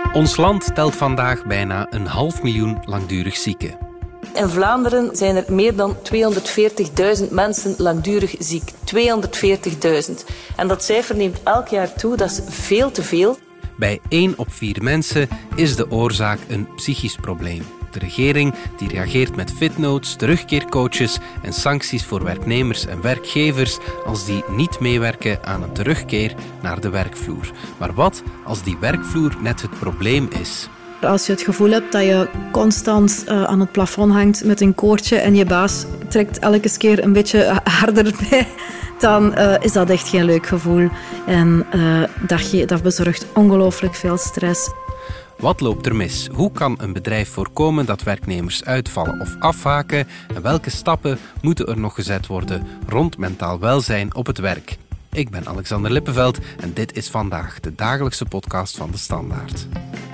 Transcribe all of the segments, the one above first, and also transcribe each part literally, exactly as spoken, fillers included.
Ons land telt vandaag bijna een half miljoen langdurig zieken. In Vlaanderen zijn er meer dan tweehonderdveertigduizend mensen langdurig ziek. tweehonderdveertigduizend. En dat cijfer neemt elk jaar toe, dat is veel te veel. Bij één op vier mensen is de oorzaak een psychisch probleem. De regering die reageert met fitnotes, terugkeercoaches en sancties voor werknemers en werkgevers als die niet meewerken aan een terugkeer naar de werkvloer. Maar wat als die werkvloer net het probleem is? Als je het gevoel hebt dat je constant uh, aan het plafond hangt met een koordje en je baas trekt elke keer een beetje harder bij, dan uh, is dat echt geen leuk gevoel. En uh, dat, je, dat bezorgt ongelooflijk veel stress. Wat loopt er mis? Hoe kan een bedrijf voorkomen dat werknemers uitvallen of afhaken? En welke stappen moeten er nog gezet worden rond mentaal welzijn op het werk? Ik ben Alexander Lippenveld en dit is vandaag de dagelijkse podcast van De Standaard.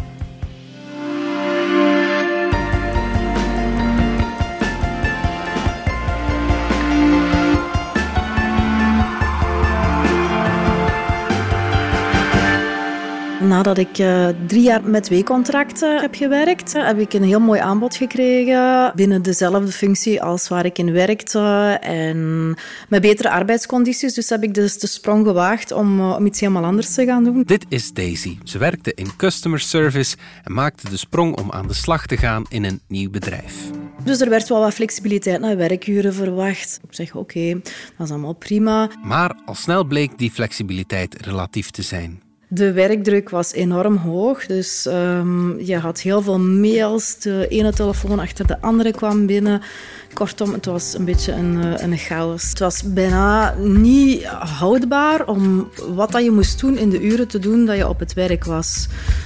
Nadat ik uh, drie jaar met W-contract uh, heb gewerkt, uh, heb ik een heel mooi aanbod gekregen binnen dezelfde functie als waar ik in werkte en met betere arbeidscondities. Dus heb ik dus de sprong gewaagd om, uh, om iets helemaal anders te gaan doen. Dit is Daisy. Ze werkte in customer service en maakte de sprong om aan de slag te gaan in een nieuw bedrijf. Dus er werd wel wat flexibiliteit naar werkuren verwacht. Ik zeg, oké, okay, dat is allemaal prima. Maar al snel bleek die flexibiliteit relatief te zijn. De werkdruk was enorm hoog, dus um, je had heel veel mails. De ene telefoon achter de andere kwam binnen. Kortom, het was een beetje een, een chaos. Het was bijna niet houdbaar om wat dat je moest doen in de uren te doen dat je op het werk was.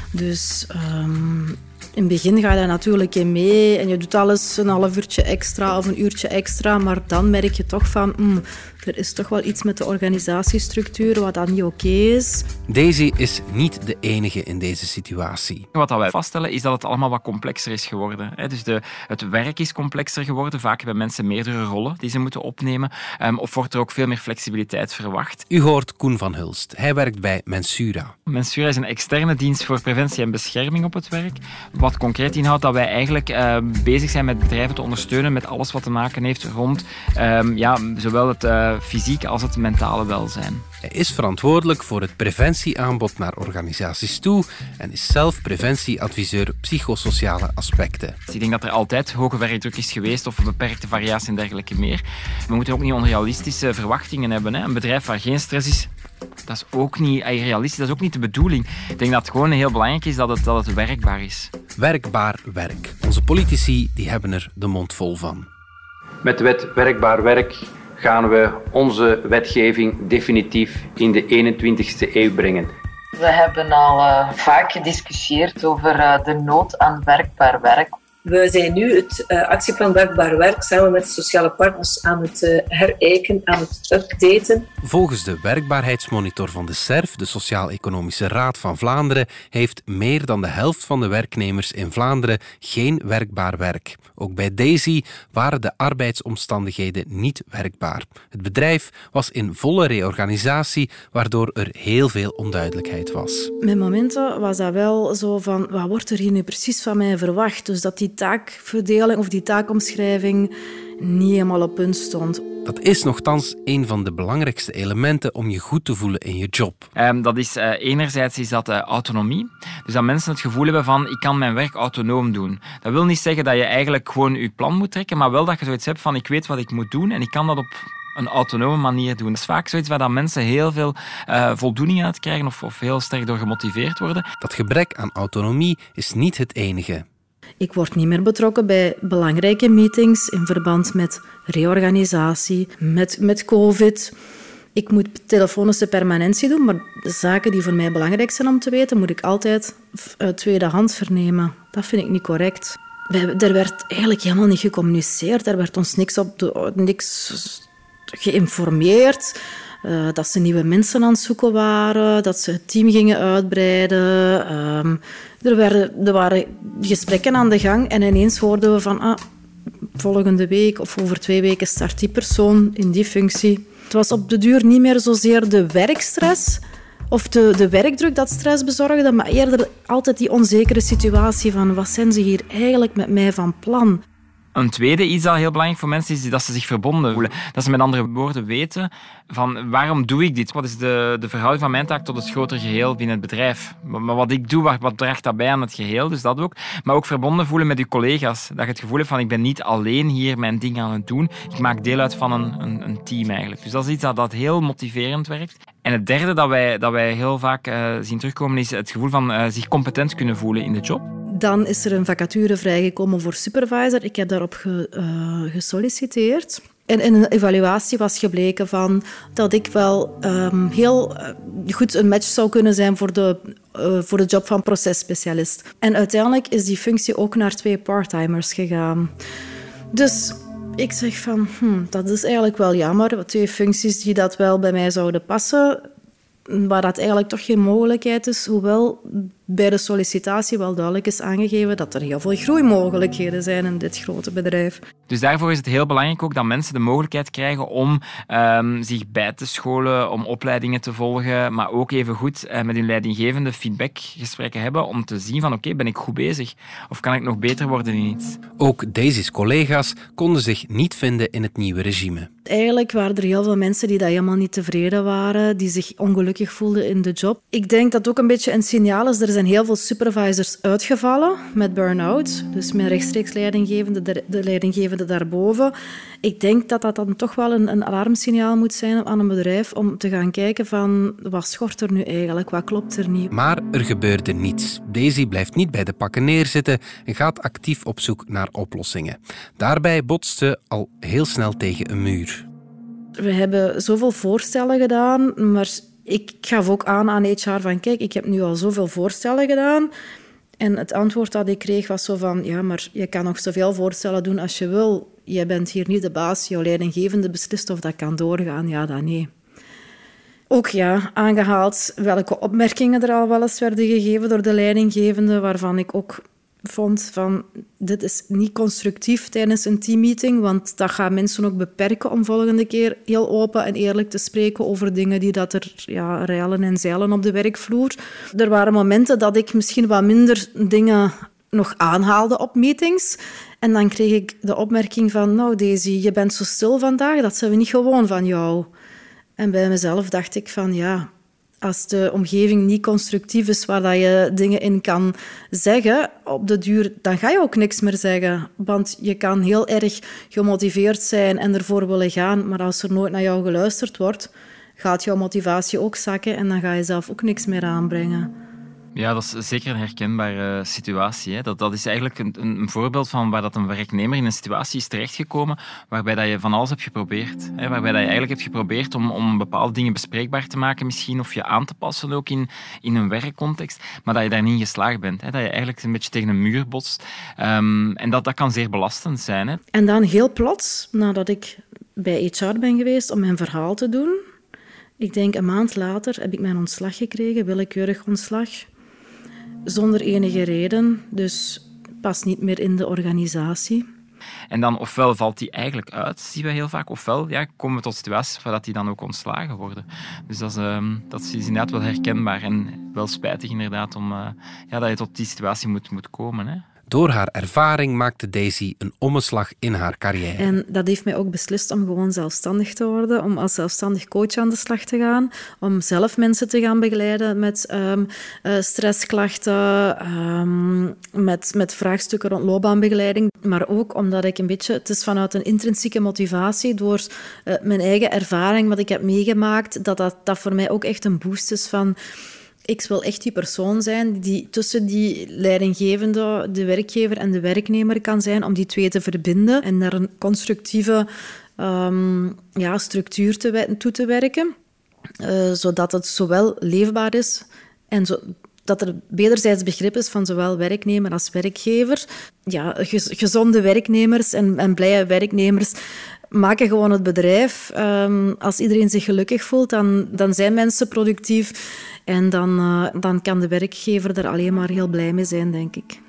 Dus um, in het begin ga je daar natuurlijk in mee en je doet alles een half uurtje extra of een uurtje extra, maar dan merk je toch van, mm, er is toch wel iets met de organisatiestructuur wat dan niet oké is. Daisy is niet de enige in deze situatie. Wat wij vaststellen is dat het allemaal wat complexer is geworden. Dus de, het werk is complexer geworden. Vaak hebben mensen meerdere rollen die ze moeten opnemen. Um, of wordt er ook veel meer flexibiliteit verwacht. U hoort Koen van Hulst. Hij werkt bij Mensura. Mensura is een externe dienst voor preventie en bescherming op het werk. Wat concreet inhoudt dat wij eigenlijk uh, bezig zijn met bedrijven te ondersteunen met alles wat te maken heeft rond um, ja, zowel het uh, fysieke als het mentale welzijn. Hij is verantwoordelijk voor het preventieaanbod naar organisaties toe en is zelf preventieadviseur psychosociale aspecten. Ik denk dat er altijd hoge werkdruk is geweest of beperkte variatie en dergelijke meer. We moeten ook niet onrealistische verwachtingen hebben. Hè. Een bedrijf waar geen stress is, dat is ook niet realistisch, dat is ook niet de bedoeling. Ik denk dat het gewoon heel belangrijk is dat het, dat het werkbaar is. Werkbaar werk. Onze politici die hebben er de mond vol van. Met de wet werkbaar werk gaan we onze wetgeving definitief in de eenentwintigste eeuw brengen. We hebben al uh, vaak gediscussieerd over uh, de nood aan werkbaar werk. We zijn nu het uh, actieplan Werkbaar Werk samen met de sociale partners aan het uh, herijken, aan het updaten. Volgens de werkbaarheidsmonitor van de S E R V, de Sociaal-Economische Raad van Vlaanderen, heeft meer dan de helft van de werknemers in Vlaanderen geen werkbaar werk. Ook bij Daisy waren de arbeidsomstandigheden niet werkbaar. Het bedrijf was in volle reorganisatie, waardoor er heel veel onduidelijkheid was. Met momenten was dat wel zo van, wat wordt er hier nu precies van mij verwacht? Dus dat die taakverdeling of die taakomschrijving niet helemaal op punt stond. Dat is nochtans een van de belangrijkste elementen om je goed te voelen in je job. Um, dat is, uh, enerzijds is dat uh, autonomie. Dus dat mensen het gevoel hebben van, ik kan mijn werk autonoom doen. Dat wil niet zeggen dat je eigenlijk gewoon je plan moet trekken, maar wel dat je zoiets hebt van, ik weet wat ik moet doen en ik kan dat op een autonome manier doen. Dat is vaak zoiets waar dat mensen heel veel uh, voldoening uit krijgen of, of heel sterk door gemotiveerd worden. Dat gebrek aan autonomie is niet het enige. Ik word niet meer betrokken bij belangrijke meetings in verband met reorganisatie, met, met COVID. Ik moet telefonische permanentie doen, maar de zaken die voor mij belangrijk zijn om te weten, moet ik altijd uit tweede hand vernemen. Dat vind ik niet correct. Er werd eigenlijk helemaal niet gecommuniceerd. Er werd ons niks, op de, niks geïnformeerd. Uh, dat ze nieuwe mensen aan het zoeken waren, dat ze het team gingen uitbreiden. Um, er, werden, er waren gesprekken aan de gang en ineens hoorden we van ah, volgende week of over twee weken start die persoon in die functie. Het was op de duur niet meer zozeer de werkstress, Of de, de werkdruk dat stress bezorgde, maar eerder altijd die onzekere situatie van wat zijn ze hier eigenlijk met mij van plan? Een tweede iets dat heel belangrijk voor mensen is, is dat ze zich verbonden voelen. Dat ze met andere woorden weten van waarom doe ik dit? Wat is de, de verhouding van mijn taak tot het grotere geheel binnen het bedrijf? Maar wat ik doe, wat, wat draagt dat bij aan het geheel? Dus dat ook. Maar ook verbonden voelen met je collega's. Dat je het gevoel hebt van ik ben niet alleen hier mijn ding aan het doen. Ik maak deel uit van een, een, een team eigenlijk. Dus dat is iets dat, dat heel motiverend werkt. En het derde dat wij, dat wij heel vaak uh, zien terugkomen is het gevoel van uh, zich competent kunnen voelen in de job. Dan is er een vacature vrijgekomen voor supervisor. Ik heb daarop ge, uh, gesolliciteerd. En in een evaluatie was gebleken van dat ik wel um, heel uh, goed een match zou kunnen zijn voor de, uh, voor de job van processpecialist. En uiteindelijk is die functie ook naar twee parttimers gegaan. Dus ik zeg van, hmm, dat is eigenlijk wel jammer. Twee functies die dat wel bij mij zouden passen, waar dat eigenlijk toch geen mogelijkheid is, hoewel bij de sollicitatie wel duidelijk is aangegeven dat er heel veel groeimogelijkheden zijn in dit grote bedrijf. Dus daarvoor is het heel belangrijk ook dat mensen de mogelijkheid krijgen om um, zich bij te scholen, om opleidingen te volgen, maar ook even goed uh, met hun leidinggevende feedbackgesprekken hebben om te zien van oké, okay, ben ik goed bezig? Of kan ik nog beter worden in iets? Ook Daisy's collega's konden zich niet vinden in het nieuwe regime. Eigenlijk waren er heel veel mensen die daar helemaal niet tevreden waren, die zich ongelukkig voelden in de job. Ik denk dat ook een beetje een signaal is. Er zijn heel veel supervisors uitgevallen met burn-out. Dus mijn rechtstreeks leidinggevende, de, de leidinggevende daarboven. Ik denk dat dat dan toch wel een, een alarmsignaal moet zijn aan een bedrijf om te gaan kijken van wat schort er nu eigenlijk, wat klopt er niet. Maar er gebeurde niets. Daisy blijft niet bij de pakken neerzitten en gaat actief op zoek naar oplossingen. Daarbij botst ze al heel snel tegen een muur. We hebben zoveel voorstellen gedaan, maar ik gaf ook aan aan H R van kijk, ik heb nu al zoveel voorstellen gedaan. En het antwoord dat ik kreeg was zo van ja, maar je kan nog zoveel voorstellen doen als je wil. Je bent hier niet de baas, jouw leidinggevende beslist of dat kan doorgaan. Ja, dan nee. Ook ja, aangehaald welke opmerkingen er al wel eens werden gegeven door de leidinggevende, waarvan ik ook vond van dit is niet constructief tijdens een teammeeting, want dat gaat mensen ook beperken om volgende keer heel open en eerlijk te spreken over dingen die dat er ja, reilen en zeilen op de werkvloer. Er waren momenten dat ik misschien wat minder dingen nog aanhaalde op meetings. En dan kreeg ik de opmerking van nou Daisy, je bent zo stil vandaag, dat zijn we niet gewoon van jou. En bij mezelf dacht ik van ja, als de omgeving niet constructief is waar dat je dingen in kan zeggen, op de duur, dan ga je ook niks meer zeggen. Want je kan heel erg gemotiveerd zijn en ervoor willen gaan, maar als er nooit naar jou geluisterd wordt, gaat jouw motivatie ook zakken en dan ga je zelf ook niks meer aanbrengen. Ja, dat is zeker een herkenbare situatie. Hè. Dat, dat is eigenlijk een, een voorbeeld van waar dat een werknemer in een situatie is terechtgekomen waarbij dat je van alles hebt geprobeerd. Hè. Waarbij dat je eigenlijk hebt geprobeerd om, om bepaalde dingen bespreekbaar te maken misschien, of je aan te passen ook in, in een werkcontext, maar dat je daar niet in geslaagd bent. Hè. Dat je eigenlijk een beetje tegen een muur botst. Um, en dat, dat kan zeer belastend zijn. Hè. En dan heel plots, nadat ik bij H R ben geweest om mijn verhaal te doen, ik denk een maand later heb ik mijn ontslag gekregen, willekeurig ontslag. Zonder enige reden, dus past niet meer in de organisatie. En dan ofwel valt die eigenlijk uit, zien we heel vaak, ofwel ja, komen we tot situaties waar die dan ook ontslagen worden. Dus dat is, um, dat is inderdaad wel herkenbaar en wel spijtig inderdaad om, uh, ja, dat je tot die situatie moet, moet komen. Hè. Door haar ervaring maakte Daisy een omslag in haar carrière. En dat heeft mij ook beslist om gewoon zelfstandig te worden, om als zelfstandig coach aan de slag te gaan, om zelf mensen te gaan begeleiden met um, uh, stressklachten, um, met, met vraagstukken rond loopbaanbegeleiding, maar ook omdat ik een beetje, het is vanuit een intrinsieke motivatie, door uh, mijn eigen ervaring, wat ik heb meegemaakt, dat, dat dat voor mij ook echt een boost is van ik wil echt die persoon zijn die tussen die leidinggevende, de werkgever en de werknemer kan zijn, om die twee te verbinden en naar een constructieve um, ja, structuur te, toe te werken, uh, zodat het zowel leefbaar is en zo, dat er wederzijds begrip is van zowel werknemer als werkgever. Ja, gezonde werknemers en, en blije werknemers maken gewoon het bedrijf. Um, als iedereen zich gelukkig voelt, dan, dan zijn mensen productief. En dan, uh, dan kan de werkgever er alleen maar heel blij mee zijn, denk ik.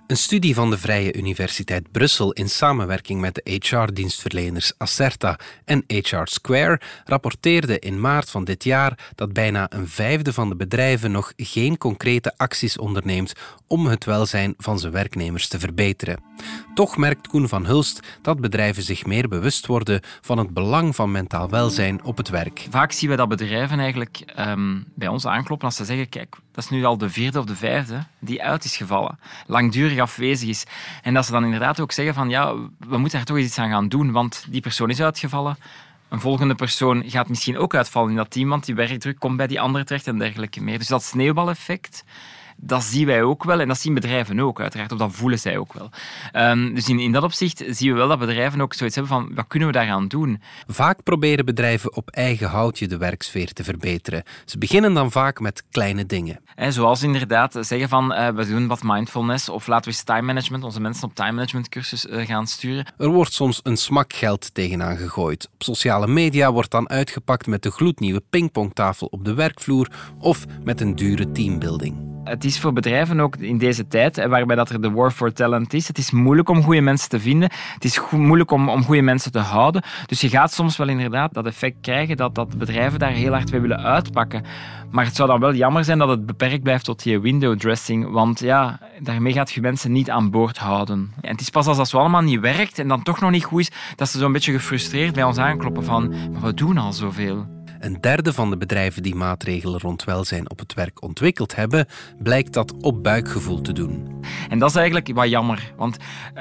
Een studie van de Vrije Universiteit Brussel in samenwerking met de H R-dienstverleners Acerta en H R Square rapporteerde in maart van dit jaar dat bijna een vijfde van de bedrijven nog geen concrete acties onderneemt om het welzijn van zijn werknemers te verbeteren. Toch merkt Koen van Hulst dat bedrijven zich meer bewust worden van het belang van mentaal welzijn op het werk. Vaak zien we dat bedrijven eigenlijk um, bij ons aankloppen als ze zeggen, kijk, dat is nu al de vierde of de vijfde die uit is gevallen, langdurig afwezig is. En dat ze dan inderdaad ook zeggen van, ja, we moeten daar toch iets aan gaan doen, want die persoon is uitgevallen. Een volgende persoon gaat misschien ook uitvallen in dat team, want die werkdruk komt bij die andere terecht en dergelijke meer. Dus dat sneeuwbaleffect, dat zien wij ook wel en dat zien bedrijven ook uiteraard, of dat voelen zij ook wel. Um, dus in, in dat opzicht zien we wel dat bedrijven ook zoiets hebben van, wat kunnen we daaraan doen? Vaak proberen bedrijven op eigen houtje de werksfeer te verbeteren. Ze beginnen dan vaak met kleine dingen. He, zoals inderdaad zeggen van, uh, we doen wat mindfulness of laten we eens time management, onze mensen op time management cursus uh, gaan sturen. Er wordt soms een smak geld tegenaan gegooid. Op sociale media wordt dan uitgepakt met de gloednieuwe pingpongtafel op de werkvloer of met een dure teambuilding. Het is voor bedrijven ook in deze tijd, waarbij dat er de war for talent is, het is moeilijk om goede mensen te vinden. Het is go- moeilijk om, om goede mensen te houden. Dus je gaat soms wel inderdaad dat effect krijgen dat, dat bedrijven daar heel hard bij willen uitpakken. Maar het zou dan wel jammer zijn dat het beperkt blijft tot die window dressing, want ja, daarmee gaat je mensen niet aan boord houden. En het is pas als dat zo allemaal niet werkt en dan toch nog niet goed is, dat ze zo'n beetje gefrustreerd bij ons aankloppen van, maar we doen al zoveel. Een derde van de bedrijven die maatregelen rond welzijn op het werk ontwikkeld hebben, blijkt dat op buikgevoel te doen. En dat is eigenlijk wat jammer, want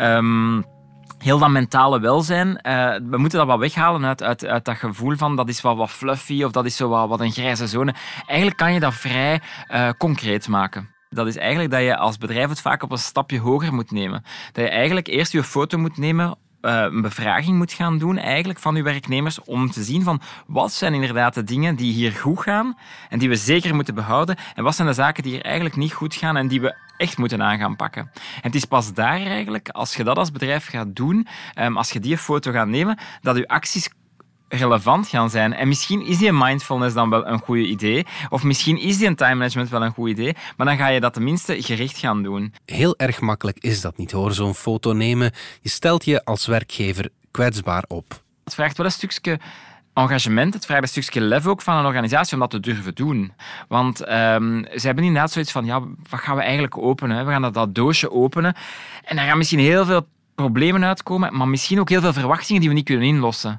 Um heel dat mentale welzijn, uh, we moeten dat wat weghalen uit, uit, uit dat gevoel van dat is wat, wat fluffy of dat is zo wat, wat een grijze zone. Eigenlijk kan je dat vrij uh, concreet maken. Dat is eigenlijk dat je als bedrijf het vaak op een stapje hoger moet nemen. Dat je eigenlijk eerst je foto moet nemen, Uh, een bevraging moet gaan doen eigenlijk van uw werknemers om te zien van wat zijn inderdaad de dingen die hier goed gaan en die we zeker moeten behouden en wat zijn de zaken die hier eigenlijk niet goed gaan en die we echt moeten aan gaan pakken. En het is pas daar eigenlijk, als je dat als bedrijf gaat doen, um, als je die foto gaat nemen, dat je acties relevant gaan zijn. En misschien is die mindfulness dan wel een goed idee, of misschien is die een time management wel een goed idee, maar dan ga je dat tenminste gericht gaan doen. Heel erg makkelijk is dat niet hoor, zo'n foto nemen. Je stelt je als werkgever kwetsbaar op. Het vraagt wel een stukje engagement, het vraagt een stukje lef ook van een organisatie om dat te durven doen. Want um, ze hebben inderdaad zoiets van, ja, wat gaan we eigenlijk openen? Hè? We gaan dat, dat doosje openen en daar gaan misschien heel veel problemen uitkomen, maar misschien ook heel veel verwachtingen die we niet kunnen inlossen.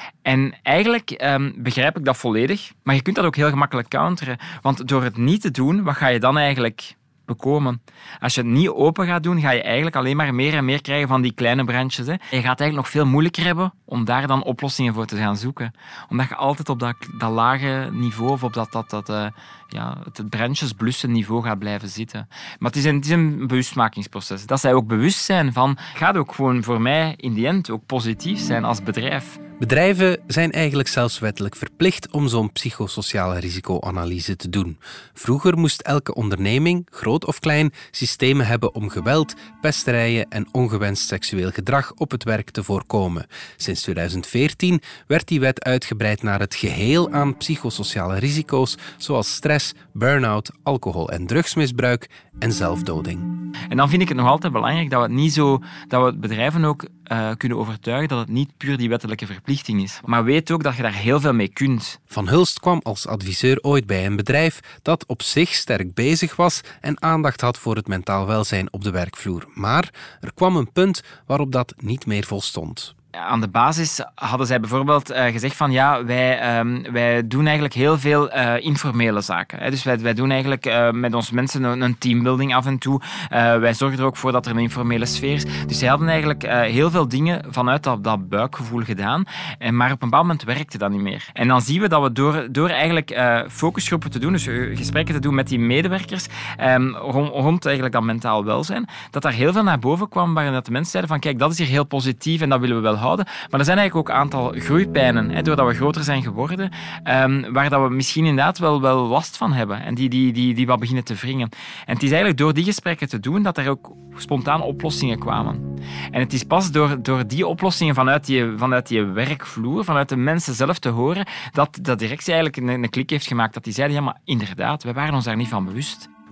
En eigenlijk um, begrijp ik dat volledig, maar je kunt dat ook heel gemakkelijk counteren. Want door het niet te doen, wat ga je dan eigenlijk bekomen? Als je het niet open gaat doen, ga je eigenlijk alleen maar meer en meer krijgen van die kleine brandjes. Hè. Je gaat het eigenlijk nog veel moeilijker hebben om daar dan oplossingen voor te gaan zoeken. Omdat je altijd op dat, dat lage niveau of op dat, dat, dat uh, ja, het brandjes blussen niveau gaat blijven zitten. Maar het is, een, het is een bewustmakingsproces. Dat zij ook bewust zijn van, gaat ook gewoon voor mij in die end ook positief zijn als bedrijf. Bedrijven zijn eigenlijk zelfs wettelijk verplicht om zo'n psychosociale risicoanalyse te doen. Vroeger moest elke onderneming, groot of klein, systemen hebben om geweld, pesterijen en ongewenst seksueel gedrag op het werk te voorkomen. Sinds tweeduizend veertien werd die wet uitgebreid naar het geheel aan psychosociale risico's, zoals stress, burn-out, alcohol- en drugsmisbruik en zelfdoding. En dan vind ik het nog altijd belangrijk dat we het niet zo, dat we bedrijven ook uh, kunnen overtuigen dat het niet puur die wettelijke verplichting is. Maar weet ook dat je daar heel veel mee kunt. Van Hulst kwam als adviseur ooit bij een bedrijf dat op zich sterk bezig was en aandacht had voor het mentaal welzijn op de werkvloer. Maar er kwam een punt waarop dat niet meer volstond. Aan de basis hadden zij bijvoorbeeld uh, gezegd van ja, wij, um, wij doen eigenlijk heel veel uh, informele zaken. Hè. Dus wij, wij doen eigenlijk uh, met onze mensen een, een teambuilding af en toe. Uh, wij zorgen er ook voor dat er een informele sfeer is. Dus zij hadden eigenlijk uh, heel veel dingen vanuit dat, dat buikgevoel gedaan. En, maar op een bepaald moment werkte dat niet meer. En dan zien we dat we door, door eigenlijk uh, focusgroepen te doen, dus uh, gesprekken te doen met die medewerkers, um, rond, rond eigenlijk dat mentaal welzijn, dat daar heel veel naar boven kwam waarin dat de mensen zeiden van kijk, dat is hier heel positief en dat willen we wel houden. Maar er zijn eigenlijk ook een aantal groeipijnen, hè, doordat we groter zijn geworden, um, waar dat we misschien inderdaad wel, wel last van hebben en die, die, die, die wat beginnen te wringen. En het is eigenlijk door die gesprekken te doen dat er ook spontaan oplossingen kwamen. En het is pas door, door die oplossingen vanuit die, vanuit die werkvloer, vanuit de mensen zelf te horen, dat de directie eigenlijk een, een klik heeft gemaakt, dat die zeiden, ja, maar inderdaad, wij waren ons daar niet van bewust.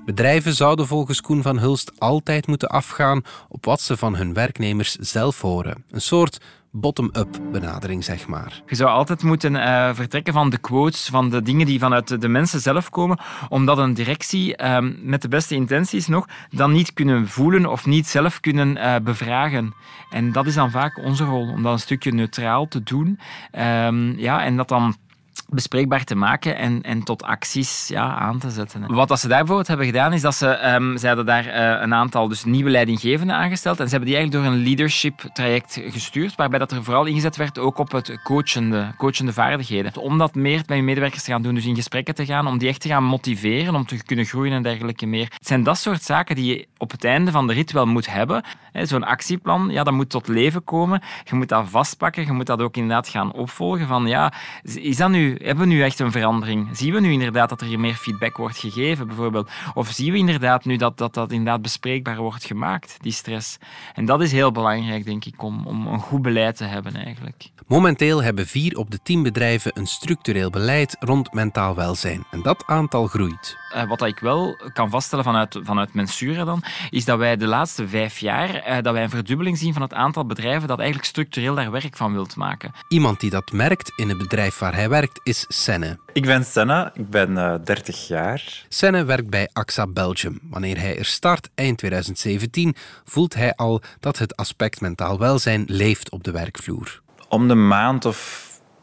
Bedrijven zouden volgens Koen van Hulst altijd moeten afgaan op wat ze van hun werknemers zelf horen. Een soort bottom-up benadering, zeg maar. Je zou altijd moeten uh, vertrekken van de quotes, van de dingen die vanuit de mensen zelf komen, omdat een directie uh, met de beste intenties nog dan niet kunnen voelen of niet zelf kunnen uh, bevragen. En dat is dan vaak onze rol, om dat een stukje neutraal te doen. Um, ja, en dat dan bespreekbaar te maken en, en tot acties ja, aan te zetten. Wat dat ze daar bijvoorbeeld hebben gedaan, is dat ze, um, ze hadden daar uh, een aantal dus nieuwe leidinggevenden aangesteld en ze hebben die eigenlijk door een leadership-traject gestuurd, waarbij dat er vooral ingezet werd ook op het coachende, coachende vaardigheden. Om dat meer bij je medewerkers te gaan doen, dus in gesprekken te gaan, om die echt te gaan motiveren, om te kunnen groeien en dergelijke meer. Het zijn dat soort zaken die je op het einde van de rit wel moet hebben. Zo'n actieplan, ja, dat moet tot leven komen. Je moet dat vastpakken, je moet dat ook inderdaad gaan opvolgen. Van, ja, is dat nu, hebben we nu echt een verandering? Zien we nu inderdaad dat er hier meer feedback wordt gegeven, bijvoorbeeld? Of zien we inderdaad nu dat dat, dat inderdaad bespreekbaar wordt gemaakt, die stress? En dat is heel belangrijk, denk ik, om, om een goed beleid te hebben eigenlijk. Momenteel hebben vier op de tien bedrijven een structureel beleid rond mentaal welzijn. En dat aantal groeit. Uh, wat ik wel kan vaststellen vanuit, vanuit Mensura dan, is dat wij de laatste vijf jaar uh, dat wij een verdubbeling zien van het aantal bedrijven dat eigenlijk structureel daar werk van wilt maken. Iemand die dat merkt in het bedrijf waar hij werkt is Senne. Ik ben Senne, ik ben uh, dertig jaar. Senne werkt bij A X A Belgium. Wanneer hij er start eind twintig zeventien, voelt hij al dat het aspect mentaal welzijn leeft op de werkvloer. Om de maand of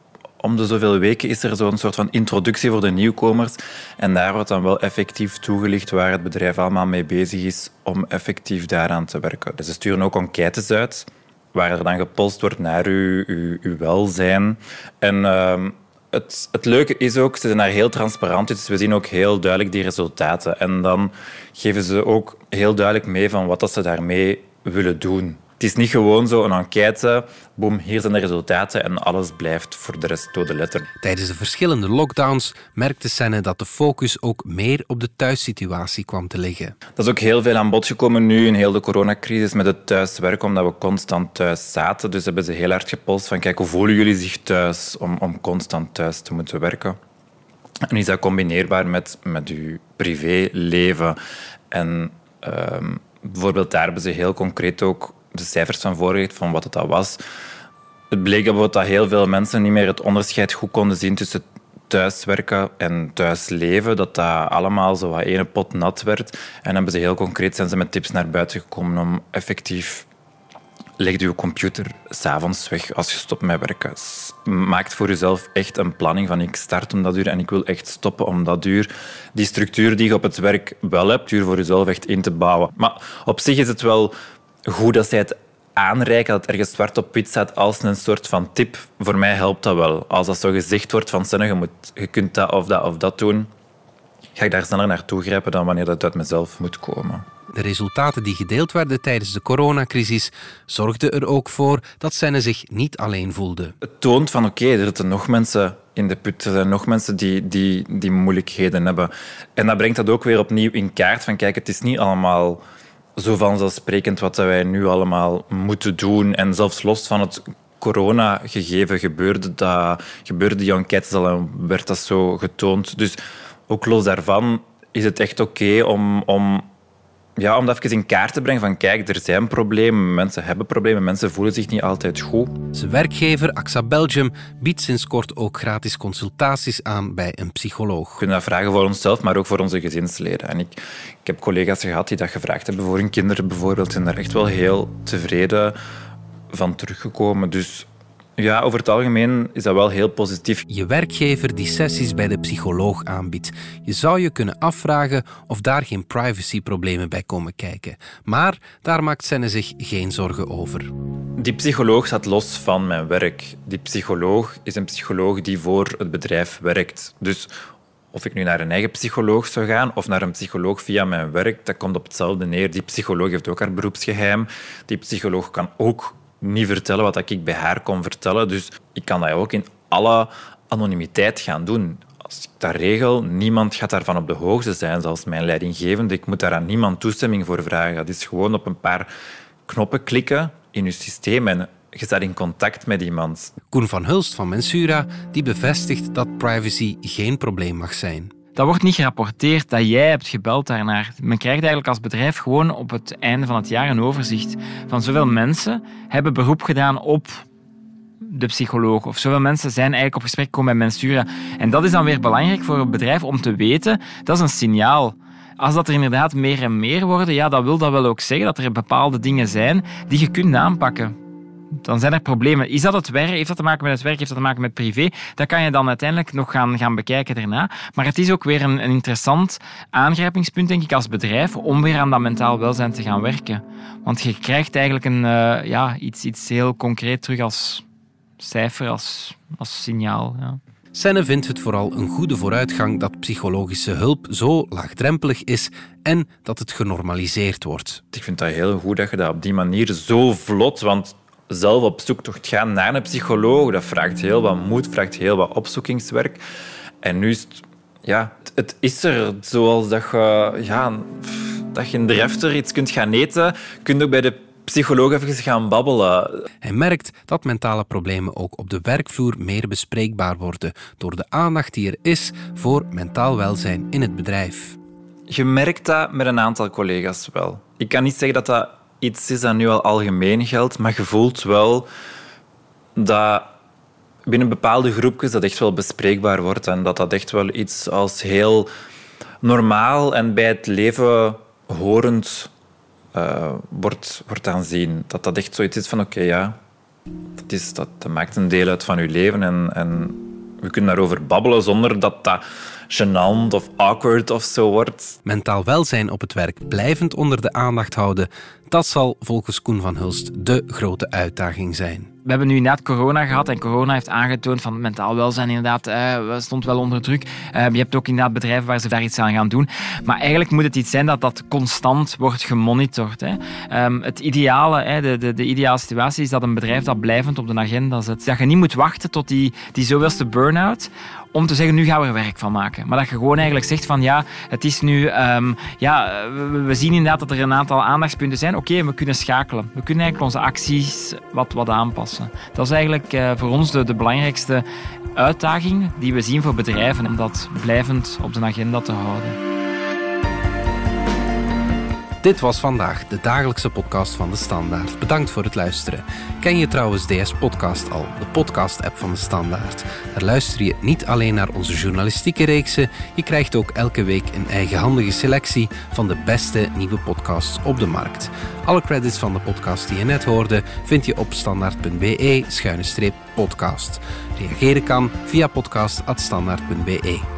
om de zoveel weken is er zo'n soort van introductie voor de nieuwkomers. En daar wordt dan wel effectief toegelicht waar het bedrijf allemaal mee bezig is om effectief daaraan te werken. Dus ze sturen ook enquêtes uit, waar er dan gepolst wordt naar uw, uw, uw welzijn. En uh, het, het leuke is ook, ze zijn daar heel transparant in, dus we zien ook heel duidelijk die resultaten. En dan geven ze ook heel duidelijk mee van wat dat ze daarmee willen doen. Het is niet gewoon zo een enquête, boem, hier zijn de resultaten en alles blijft voor de rest dode letter. Tijdens de verschillende lockdowns merkte Senne dat de focus ook meer op de thuissituatie kwam te liggen. Dat is ook heel veel aan bod gekomen nu in heel de coronacrisis met het thuiswerken, omdat we constant thuis zaten. Dus hebben ze heel hard gepolst van kijk, hoe voelen jullie zich thuis om, om constant thuis te moeten werken? En is dat combineerbaar met, met uw privéleven? En um, bijvoorbeeld daar hebben ze heel concreet ook de cijfers van voorgelegd van wat het dat was. Het bleek bijvoorbeeld dat heel veel mensen niet meer het onderscheid goed konden zien tussen thuiswerken en thuisleven, dat dat allemaal zo wat ene pot nat werd. En hebben ze heel concreet zijn ze met tips naar buiten gekomen om effectief leg je computer 's avonds weg als je stopt met werken. Maak voor jezelf echt een planning van ik start om dat uur en ik wil echt stoppen om dat uur. Die structuur die je op het werk wel hebt, duur voor jezelf echt in te bouwen. Maar op zich is het wel goed dat zij het aanreiken, dat het ergens zwart op wit staat als een soort van tip. Voor mij helpt dat wel. Als dat zo gezegd wordt van Senne, je, moet, je kunt dat of dat of dat doen, ga ik daar sneller naartoe grijpen dan wanneer dat uit mezelf moet komen. De resultaten die gedeeld werden tijdens de coronacrisis zorgden er ook voor dat Senne zich niet alleen voelde. Het toont van oké, okay, er zitten nog mensen in de put, er zijn nog mensen die, die, die moeilijkheden hebben. En dat brengt dat ook weer opnieuw in kaart van kijk, het is niet allemaal zo vanzelfsprekend wat wij nu allemaal moeten doen. En zelfs los van het corona-gegeven gebeurde, dat, gebeurde die enquêtes al en werd dat zo getoond. Dus ook los daarvan is het echt oké okay om, om, ja, om dat even in kaart te brengen van kijk, er zijn problemen, mensen hebben problemen, mensen voelen zich niet altijd goed. Zijn werkgever, A X A Belgium, biedt sinds kort ook gratis consultaties aan bij een psycholoog. We kunnen dat vragen voor onszelf, maar ook voor onze gezinsleden. En ik, ik heb collega's gehad die dat gevraagd hebben voor hun kinderen bijvoorbeeld, en daar echt wel heel tevreden van teruggekomen. Dus ja, over het algemeen is dat wel heel positief. Je werkgever die sessies bij de psycholoog aanbiedt. Je zou je kunnen afvragen of daar geen privacyproblemen bij komen kijken. Maar daar maakt Senne zich geen zorgen over. Die psycholoog staat los van mijn werk. Die psycholoog is een psycholoog die voor het bedrijf werkt. Dus of ik nu naar een eigen psycholoog zou gaan of naar een psycholoog via mijn werk, dat komt op hetzelfde neer. Die psycholoog heeft ook haar beroepsgeheim. Die psycholoog kan ook niet vertellen wat ik bij haar kon vertellen. Dus ik kan dat ook in alle anonimiteit gaan doen. Als ik dat regel, niemand gaat daarvan op de hoogte zijn, zelfs mijn leidinggevende. Ik moet daar aan niemand toestemming voor vragen. Dat is gewoon op een paar knoppen klikken in je systeem en je staat in contact met iemand. Koen van Hulst van Mensura die bevestigt dat privacy geen probleem mag zijn. Dat wordt niet gerapporteerd dat jij hebt gebeld daarnaar. Men krijgt eigenlijk als bedrijf gewoon op het einde van het jaar een overzicht van zoveel mensen hebben beroep gedaan op de psycholoog. Of zoveel mensen zijn eigenlijk op gesprek gekomen met Mensura. En dat is dan weer belangrijk voor een bedrijf om te weten. Dat is een signaal. Als dat er inderdaad meer en meer worden, ja, dan wil dat wel ook zeggen dat er bepaalde dingen zijn die je kunt aanpakken. Dan zijn er problemen. Is dat het werk? Heeft dat te maken met het werk? Heeft dat te maken met privé? Dat kan je dan uiteindelijk nog gaan, gaan bekijken daarna. Maar het is ook weer een, een interessant aangrijpingspunt, denk ik, als bedrijf, om weer aan dat mentaal welzijn te gaan werken. Want je krijgt eigenlijk een, uh, ja, iets, iets heel concreet terug als cijfer, als, als signaal. Ja. Senne vindt het vooral een goede vooruitgang dat psychologische hulp zo laagdrempelig is en dat het genormaliseerd wordt. Ik vind dat heel goed dat je dat op die manier zo vlot, want zelf op zoektocht gaan naar een psycholoog, dat vraagt heel wat moed, vraagt heel wat opzoekingswerk. En nu is het, ja, het is er zoals dat je, ja, dat je in de refter iets kunt gaan eten, kun je ook bij de psycholoog even gaan babbelen. Hij merkt dat mentale problemen ook op de werkvloer meer bespreekbaar worden door de aandacht die er is voor mentaal welzijn in het bedrijf. Je merkt dat met een aantal collega's wel. Ik kan niet zeggen dat dat iets is dat nu al algemeen geldt, maar je voelt wel dat binnen bepaalde groepjes dat echt wel bespreekbaar wordt en dat dat echt wel iets als heel normaal en bij het leven horend uh, wordt, wordt aanzien. Dat dat echt zoiets is van oké, okay, ja, dat, is, dat, dat maakt een deel uit van je leven en, en we kunnen daarover babbelen zonder dat dat gênant of awkward of zo wordt. Mentaal welzijn op het werk blijvend onder de aandacht houden, dat zal volgens Koen van Hulst de grote uitdaging zijn. We hebben nu inderdaad corona gehad en corona heeft aangetoond van mentaal welzijn inderdaad eh, stond wel onder druk. Uh, je hebt ook inderdaad bedrijven waar ze daar iets aan gaan doen. Maar eigenlijk moet het iets zijn dat dat constant wordt gemonitord. Hè. Um, het ideale, hè, de, de, de ideale situatie is dat een bedrijf dat blijvend op de agenda zet. Dat je niet moet wachten tot die, die zoveelste burn-out om te zeggen, nu gaan we er werk van maken. Maar dat je gewoon eigenlijk zegt van ja, het is nu... Um, ja, we, we zien inderdaad dat er een aantal aandachtspunten zijn. Oké, okay, we kunnen schakelen. We kunnen eigenlijk onze acties wat, wat aanpassen. Dat is eigenlijk uh, voor ons de, de belangrijkste uitdaging die we zien voor bedrijven, om dat blijvend op de agenda te houden. Dit was vandaag de dagelijkse podcast van De Standaard. Bedankt voor het luisteren. Ken je trouwens D S Podcast al, de podcast-app van De Standaard? Daar luister je niet alleen naar onze journalistieke reeksen, je krijgt ook elke week een eigenhandige selectie van de beste nieuwe podcasts op de markt. Alle credits van de podcast die je net hoorde vind je op standaard.be schuine streep podcast. Reageren kan via podcast apenstaartje standaard punt be.